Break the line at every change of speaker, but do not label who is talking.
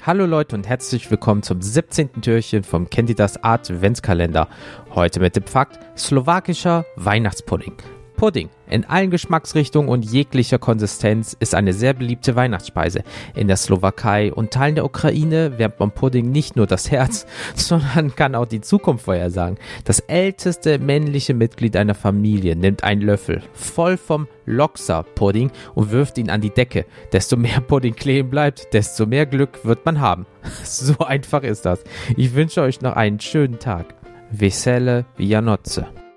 Hallo Leute und herzlich willkommen zum 17. Türchen vom Kennt ihr das Adventskalender. Heute mit dem Fakt slowakischer Weihnachtspudding. Pudding in allen Geschmacksrichtungen und jeglicher Konsistenz ist eine sehr beliebte Weihnachtsspeise. In der Slowakei und Teilen der Ukraine wärmt man Pudding nicht nur das Herz, sondern kann auch die Zukunft vorhersagen. Das älteste männliche Mitglied einer Familie nimmt einen Löffel voll vom Loksa-Pudding und wirft ihn an die Decke. Desto mehr Pudding kleben bleibt, desto mehr Glück wird man haben. So einfach ist das. Ich wünsche euch noch einen schönen Tag. Vesele Vianoce.